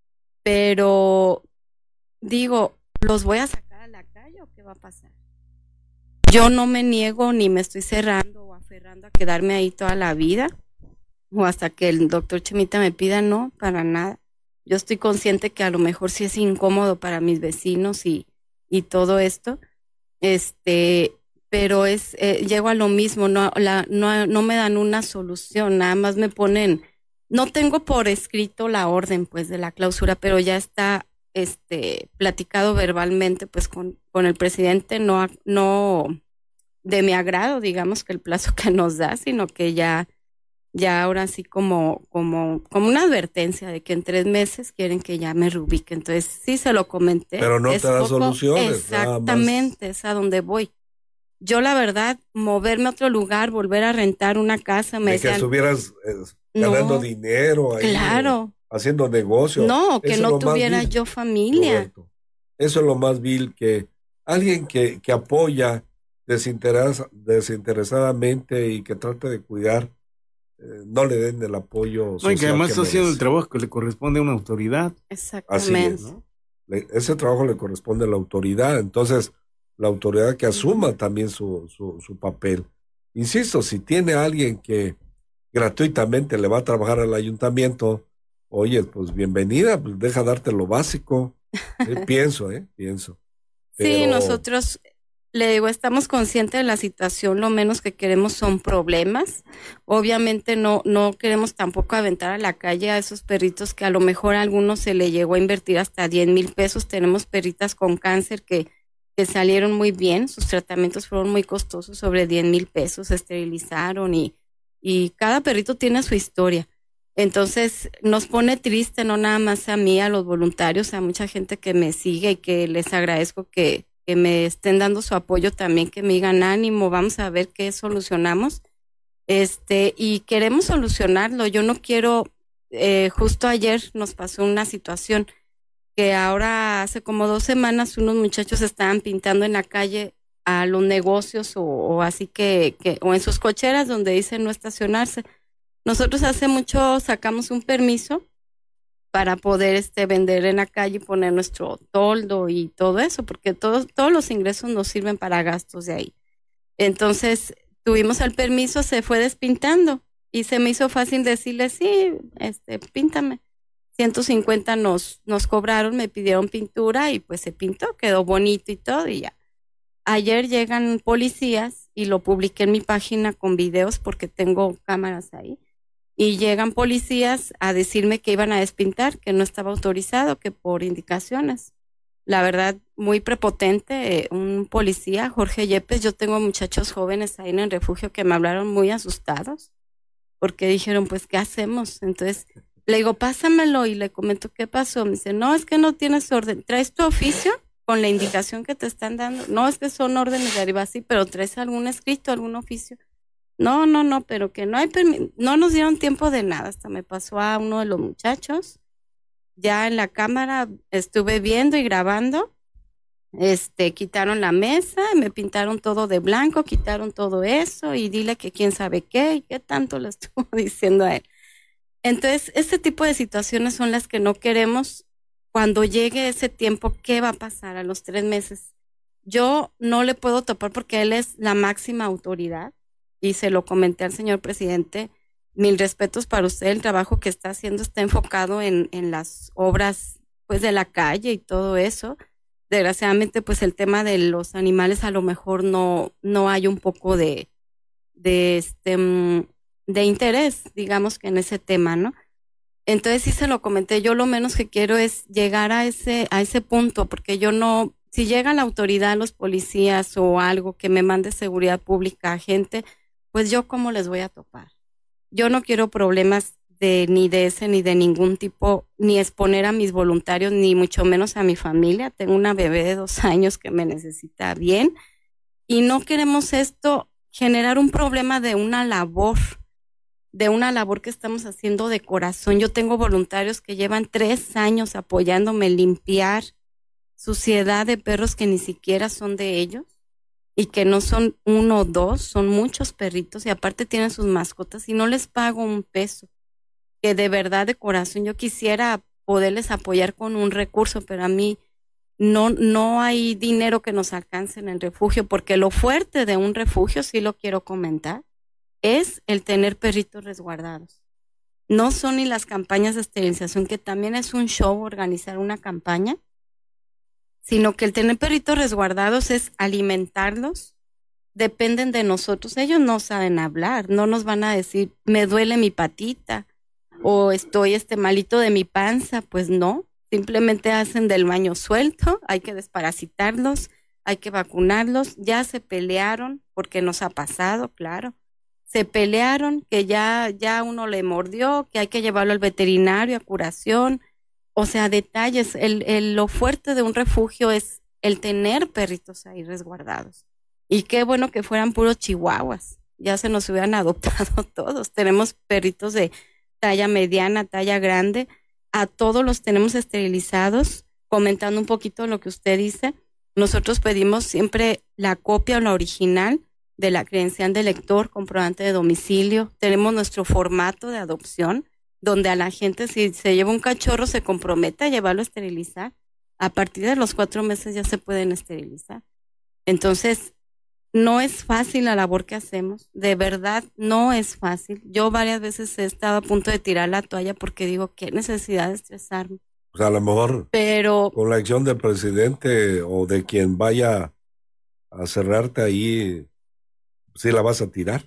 Pero digo, ¿los voy a sacar a la calle o qué va a pasar? Yo no me niego ni me estoy cerrando o aferrando a quedarme ahí toda la vida. o hasta que el doctor Chemita me pida, no, para nada. Yo estoy consciente que a lo mejor sí es incómodo para mis vecinos y, y todo esto, este, pero es, eh, llego a lo mismo, no, la, no, no me dan una solución, nada más me ponen, no tengo por escrito la orden pues de la clausura, pero ya está este platicado verbalmente pues con, con el presidente, no, no de mi agrado, digamos, que el plazo que nos da, sino que ya, ya ahora sí como, como, como una advertencia de que en tres meses quieren que ya me reubique. Entonces sí se lo comenté. Pero no es te da poco, soluciones. Exactamente, es a donde voy. Yo la verdad, moverme a otro lugar, volver a rentar una casa, me de decían, que estuvieras eh, ganando no, dinero ahí, claro, haciendo negocio. no, que Eso no es lo más tuviera vil, yo familia. Roberto. Eso es lo más vil, que alguien que, que apoya desinteres, desinteresadamente y que trata de cuidar, eh, no le den el apoyo social. No, y que además que está haciendo merece. el trabajo que le corresponde a una autoridad. Exactamente. Así es, ¿no? Le, ese trabajo le corresponde a la autoridad, entonces la autoridad que asuma también su, su, su papel. Insisto, si tiene alguien que gratuitamente le va a trabajar al ayuntamiento, oye, pues bienvenida, pues deja darte lo básico. Eh, pienso, eh, pienso. Pero... Sí, nosotros, le digo, estamos conscientes de la situación, lo menos que queremos son problemas. Obviamente no, no queremos tampoco aventar a la calle a esos perritos que a lo mejor a algunos se le llegó a invertir hasta diez mil pesos. Tenemos perritas con cáncer que, que salieron muy bien, sus tratamientos fueron muy costosos, sobre diez mil pesos, se esterilizaron y, y cada perrito tiene su historia. Entonces nos pone triste, no nada más a mí, a los voluntarios, a mucha gente que me sigue y que les agradezco que, que me estén dando su apoyo también, que me digan ánimo, vamos a ver qué solucionamos. Este, y queremos solucionarlo. Yo no quiero, eh, justo ayer nos pasó una situación que ahora hace como dos semanas unos muchachos estaban pintando en la calle a los negocios o, o así que, que, o en sus cocheras donde dicen no estacionarse. Nosotros hace mucho sacamos un permiso para poder este vender en la calle y poner nuestro toldo y todo eso, porque todos, todos los ingresos nos sirven para gastos de ahí. Entonces, tuvimos el permiso, se fue despintando y se me hizo fácil decirle, sí, este, píntame. ciento cincuenta nos, nos cobraron, me pidieron pintura y pues se pintó, quedó bonito y todo y ya. Ayer llegan policías y lo publiqué en mi página con videos porque tengo cámaras ahí. Y llegan policías a decirme que iban a despintar, que no estaba autorizado, que por indicaciones. La verdad, muy prepotente, eh, un policía, Jorge Yepes. Yo tengo muchachos jóvenes ahí en el refugio que me hablaron muy asustados, porque dijeron, pues, ¿qué hacemos? Entonces, le digo, pásamelo, y le comento qué pasó. Me dice, no, es que no tienes orden. ¿Traes tu oficio con la indicación que te están dando? No, es que son órdenes de arriba, sí, pero ¿traes algún escrito, algún oficio? No, no, no, pero que no hay permiso. No nos dieron tiempo de nada. Hasta me pasó a uno de los muchachos. Ya en la cámara estuve viendo y grabando. Este, quitaron la mesa, me pintaron todo de blanco, quitaron todo eso y dile que quién sabe qué y qué tanto le estuvo diciendo a él. Entonces, este tipo de situaciones son las que no queremos. Cuando llegue ese tiempo, ¿qué va a pasar a los tres meses? Yo no le puedo topar porque él es la máxima autoridad. Y se lo comenté al señor presidente, mil respetos para usted, el trabajo que está haciendo está enfocado en, en las obras pues de la calle y todo eso. Desgraciadamente pues el tema de los animales a lo mejor no, no hay un poco de, de, este, de interés, digamos que en ese tema, ¿no? Entonces sí se lo comenté, yo lo menos que quiero es llegar a ese, a ese punto, porque yo no, si llega la autoridad, los policías o algo que me mande seguridad pública a gente, pues yo cómo les voy a topar. Yo no quiero problemas de ni de ese ni de ningún tipo, ni exponer a mis voluntarios, ni mucho menos a mi familia. Tengo una bebé de dos años que me necesita bien y no queremos esto generar un problema de una labor, de una labor que estamos haciendo de corazón. Yo tengo voluntarios que llevan tres años apoyándome limpiar suciedad de perros que ni siquiera son de ellos. Y que no son uno o dos, son muchos perritos y aparte tienen sus mascotas y no les pago un peso. Que de verdad, de corazón, yo quisiera poderles apoyar con un recurso, pero a mí no, no hay dinero que nos alcance en el refugio, porque lo fuerte de un refugio, sí lo quiero comentar, es el tener perritos resguardados. No son ni las campañas de esterilización, que también es un show organizar una campaña, sino que el tener perritos resguardados es alimentarlos, dependen de nosotros. Ellos no saben hablar, no nos van a decir, me duele mi patita o estoy este malito de mi panza, pues no, simplemente hacen del baño suelto, hay que desparasitarlos, hay que vacunarlos, ya se pelearon, porque nos ha pasado, claro, se pelearon, que ya, ya uno le mordió, que hay que llevarlo al veterinario a curación, o sea, detalles. El, el, lo fuerte de un refugio es el tener perritos ahí resguardados. Y qué bueno que fueran puros chihuahuas, ya se nos hubieran adoptado todos. Tenemos perritos de talla mediana, talla grande, a todos los tenemos esterilizados. Comentando un poquito lo que usted dice, nosotros pedimos siempre la copia o la original de la credencial de lector, comprobante de domicilio. Tenemos nuestro formato de adopción, donde a la gente, si se lleva un cachorro, se compromete a llevarlo a esterilizar. A partir de los cuatro meses ya se pueden esterilizar. Entonces, no es fácil la labor que hacemos. De verdad, no es fácil. Yo varias veces he estado a punto de tirar la toalla porque digo, qué necesidad de estresarme. O sea, a lo mejor Pero, con la acción del presidente o de quien vaya a cerrarte ahí, sí la vas a tirar.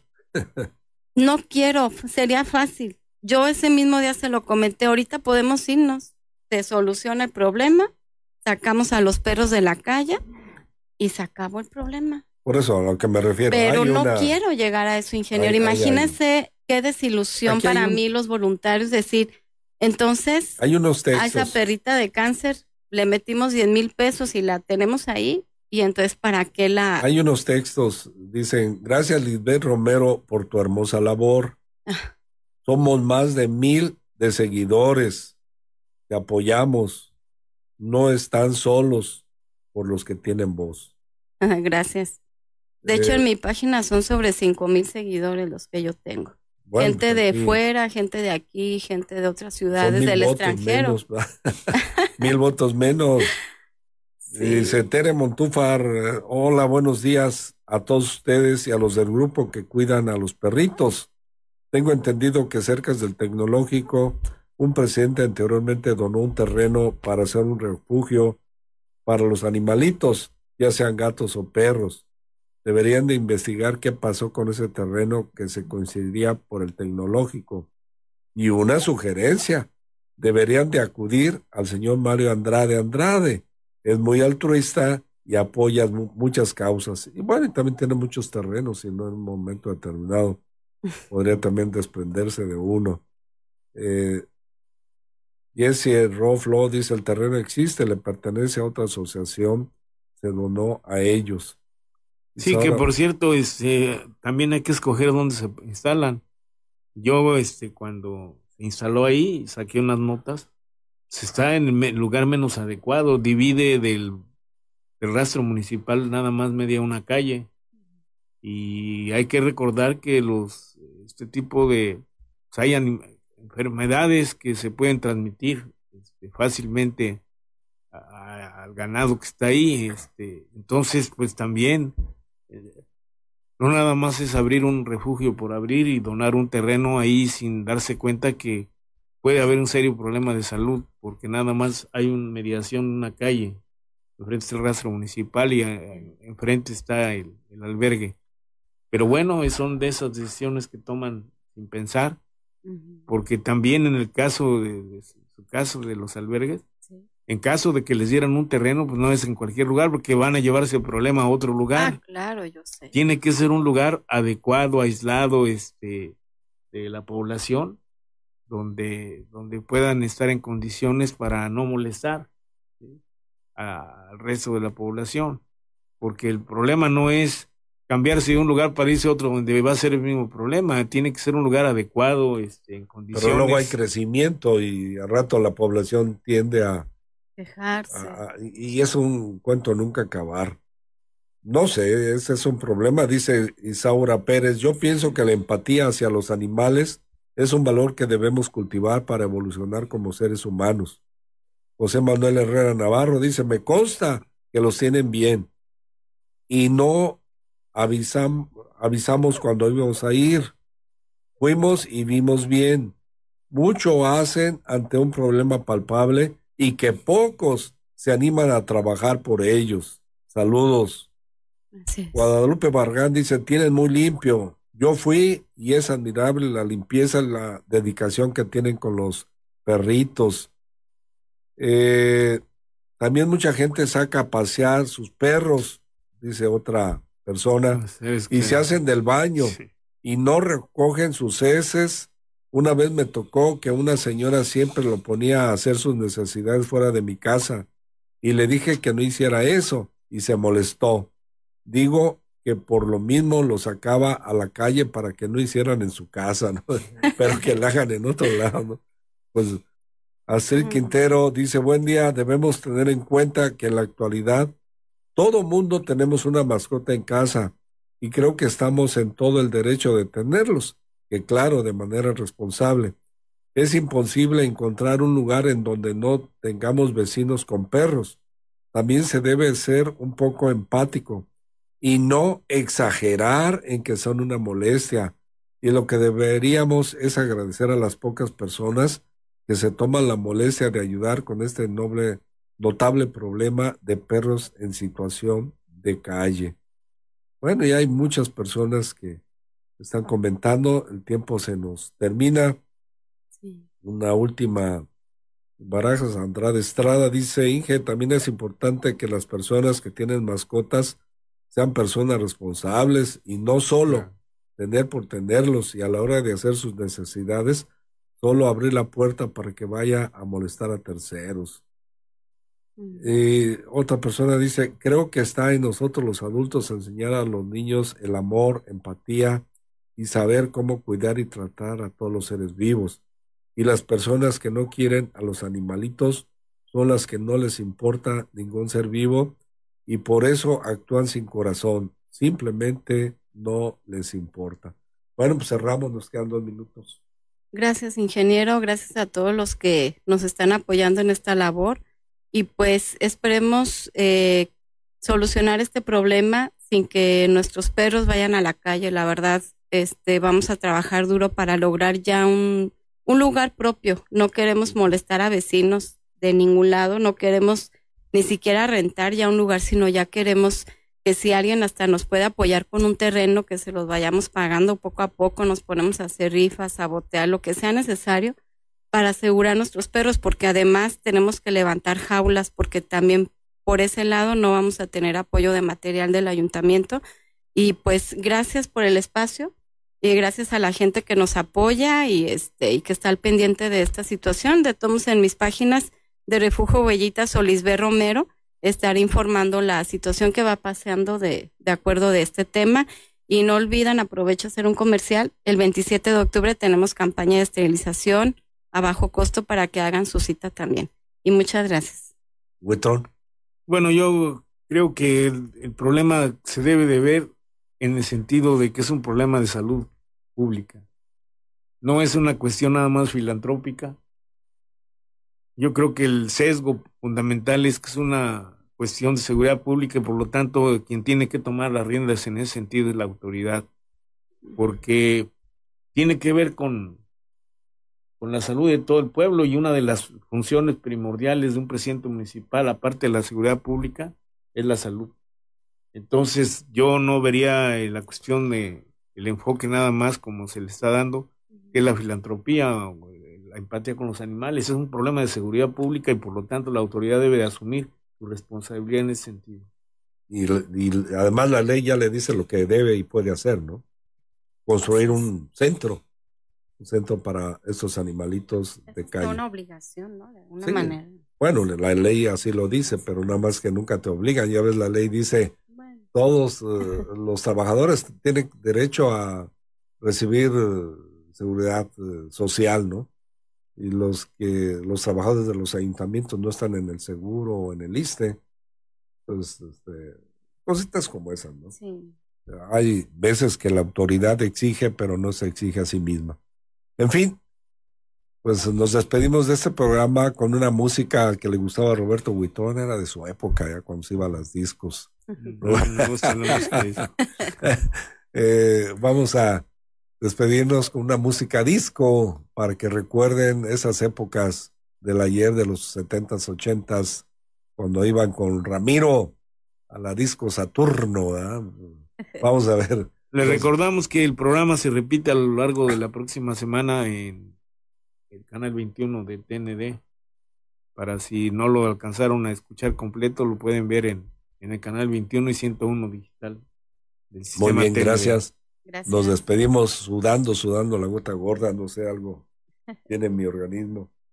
no quiero, sería fácil. Yo ese mismo día se lo comenté, ahorita podemos irnos, se soluciona el problema, sacamos a los perros de la calle y se acabó el problema. Por eso a lo que me refiero. Pero hay no una... quiero llegar a eso, ingeniero. Hay- hay- Imagínese hay- qué desilusión Aquí hay para un- mí los voluntarios decir, entonces Hay unos a esa textos. perrita de cáncer le metimos diez mil pesos y la tenemos ahí, y entonces ¿para qué la...? Hay unos textos, dicen, gracias Lisbeth Romero por tu hermosa labor. Somos más de mil de seguidores, te apoyamos, no están solos por los que tienen voz. Gracias. De hecho, Eh, en mi página son sobre cinco mil seguidores los que yo tengo. Bueno, gente de aquí fuera, gente de aquí, gente de otras son ciudades, mil del votos extranjero. menos, mil votos menos. Sí. Dice Tere Montúfar, eh, hola, buenos días a todos ustedes y a los del grupo que cuidan a los perritos. Tengo entendido que cerca del tecnológico, un presidente anteriormente donó un terreno para hacer un refugio para los animalitos, ya sean gatos o perros. Deberían de investigar qué pasó con ese terreno que se coincidiría por el tecnológico. Y una sugerencia, deberían de acudir al señor Mario Andrade Andrade. Es muy altruista y apoya mu- muchas causas. Y bueno, y también tiene muchos terrenos, y no en un momento determinado podría también desprenderse de uno. Eh, Jesse Roflo dice, el terreno existe, le pertenece a otra asociación, se donó a ellos. Sí, Dice, que ahora- por cierto, este, también hay que escoger dónde se instalan. Yo, este, cuando se instaló ahí, saqué unas notas, se está en el me- lugar menos adecuado, divide del, del rastro municipal nada más media una calle. Y hay que recordar que los, este tipo de, pues, hay anim- enfermedades que se pueden transmitir este, fácilmente a- a- al ganado que está ahí, este, entonces pues también eh, no nada más es abrir un refugio por abrir y donar un terreno ahí sin darse cuenta que puede haber un serio problema de salud, porque nada más hay una mediación en una calle, enfrente está el rastro municipal y eh, enfrente está el, el albergue. Pero bueno, son de esas decisiones que toman sin pensar, Ujú. porque también en el caso de, de su caso de los albergues, Sí. en caso de que les dieran un terreno, pues no es en cualquier lugar, porque van a llevarse el problema a otro lugar. Ah, claro, yo sé. Tiene que ser un lugar adecuado, aislado, este, de la población, donde, donde puedan estar en condiciones para no molestar, ¿sí?, a- al resto de la población, porque el problema no es cambiarse de un lugar para irse a otro donde va a ser el mismo problema, tiene que ser un lugar adecuado, este, en condiciones. Pero luego hay crecimiento y al rato la población tiende a, Dejarse. a- y es un cuento nunca acabar. No sé, ese es un problema, dice Isaura Pérez. Yo pienso que la empatía hacia los animales es un valor que debemos cultivar para evolucionar como seres humanos. José Manuel Herrera Navarro dice, me consta que los tienen bien y no avisam, avisamos cuando íbamos a ir. Fuimos y vimos bien. mucho hacen ante un problema palpable y que pocos se animan a trabajar por ellos. Saludos. Guadalupe Barragán dice, tienen muy limpio. Yo fui y es admirable la limpieza, la dedicación que tienen con los perritos. Eh, también mucha gente saca a pasear sus perros, dice otra persona, es que... y se hacen del baño sí. y no recogen sus heces. Una vez me tocó que una señora siempre lo ponía a hacer sus necesidades fuera de mi casa y le dije que no hiciera eso y se molestó. Digo que por lo mismo lo sacaba a la calle para que no hicieran en su casa, ¿no? Pero que la hagan en otro lado, ¿no? Pues Astrid Quintero dice, buen día, debemos tener en cuenta que en la actualidad todo mundo tenemos una mascota en casa y creo que estamos en todo el derecho de tenerlos, que claro, de manera responsable. Es imposible encontrar un lugar en donde no tengamos vecinos con perros. También se debe ser un poco empático y no exagerar en que son una molestia. Y lo que deberíamos es agradecer a las pocas personas que se toman la molestia de ayudar con este noble, notable problema de perros en situación de calle. Bueno, y hay muchas personas que están comentando, el tiempo se nos termina. Sí. Una última, Barajas Andrade Estrada dice, Inge, también es importante que las personas que tienen mascotas sean personas responsables y no solo yeah. tener por tenerlos y a la hora de hacer sus necesidades, solo abrir la puerta para que vaya a molestar a terceros. Mm. Y otra persona dice, creo que está en nosotros los adultos enseñar a los niños el amor, empatía y saber cómo cuidar y tratar a todos los seres vivos. Y las personas que no quieren a los animalitos son las que no les importa ningún ser vivo y por eso actúan sin corazón, simplemente no les importa. Bueno, pues cerramos, nos quedan dos minutos. Gracias, ingeniero, gracias a todos los que nos están apoyando en esta labor y pues esperemos eh, solucionar este problema sin que nuestros perros vayan a la calle. La verdad, este, vamos a trabajar duro para lograr ya un, un lugar propio. No queremos molestar a vecinos de ningún lado, no queremos ni siquiera rentar ya un lugar, sino ya queremos que si alguien hasta nos puede apoyar con un terreno, que se los vayamos pagando poco a poco, nos ponemos a hacer rifas, a botear, lo que sea necesario para asegurar nuestros perros, porque además tenemos que levantar jaulas, porque también por ese lado no vamos a tener apoyo de material del ayuntamiento. Y pues gracias por el espacio y gracias a la gente que nos apoya y este y que está al pendiente de esta situación. De todos en mis páginas de Refugio Huellitas o Lisbeth Romero estaré informando la situación que va pasando de, de acuerdo de este tema. Y no olviden, aprovecho a hacer un comercial, el veintisiete de octubre tenemos campaña de esterilización a bajo costo para que hagan su cita también. Y muchas gracias. Huetón. Bueno, yo creo que el, el problema se debe de ver en el sentido de que es un problema de salud pública. No es una cuestión nada más filantrópica. Yo creo que el sesgo fundamental es que es una cuestión de seguridad pública y por lo tanto quien tiene que tomar las riendas en ese sentido es la autoridad, porque tiene que ver con, con la salud de todo el pueblo y una de las funciones primordiales de un presidente municipal, aparte de la seguridad pública, es la salud. Entonces yo no vería la cuestión de el enfoque nada más como se le está dando, que es la filantropía, la empatía con los animales. Es un problema de seguridad pública y por lo tanto la autoridad debe de asumir su responsabilidad en ese sentido. Y, y además la ley ya le dice lo que debe y puede hacer, ¿no? Construir un centro, un centro para estos animalitos de calle. Es una obligación, ¿no? De alguna sí. manera. Bueno, la ley así lo dice, pero nada más que nunca te obligan. Ya ves, la ley dice, bueno, todos uh, los trabajadores tienen derecho a recibir uh, seguridad uh, social, ¿no? Y los que los trabajadores de los ayuntamientos no están en el seguro o en el ISSSTE, pues este, cositas como esas, ¿no? Sí. Hay veces que la autoridad exige, pero no se exige a sí misma. En fin, pues nos despedimos de este programa con una música que le gustaba a Roberto Huitón, era de su época, ya cuando se iba a las discos. No, me gusta, no me gusta eso. eh, vamos a despedirnos con una música disco para que recuerden esas épocas del ayer de los setentas, ochentas, cuando iban con Ramiro a la disco Saturno, ¿verdad? Vamos a ver. Le recordamos que el programa se repite a lo largo de la próxima semana en el canal veintiuno de T N D. Para si no lo alcanzaron a escuchar completo, lo pueden ver en, en el canal veintiuno y ciento uno digital del sistema. Muy bien, T N D. gracias. Gracias. Nos despedimos sudando, sudando la gota gorda, no sé, algo tiene mi organismo.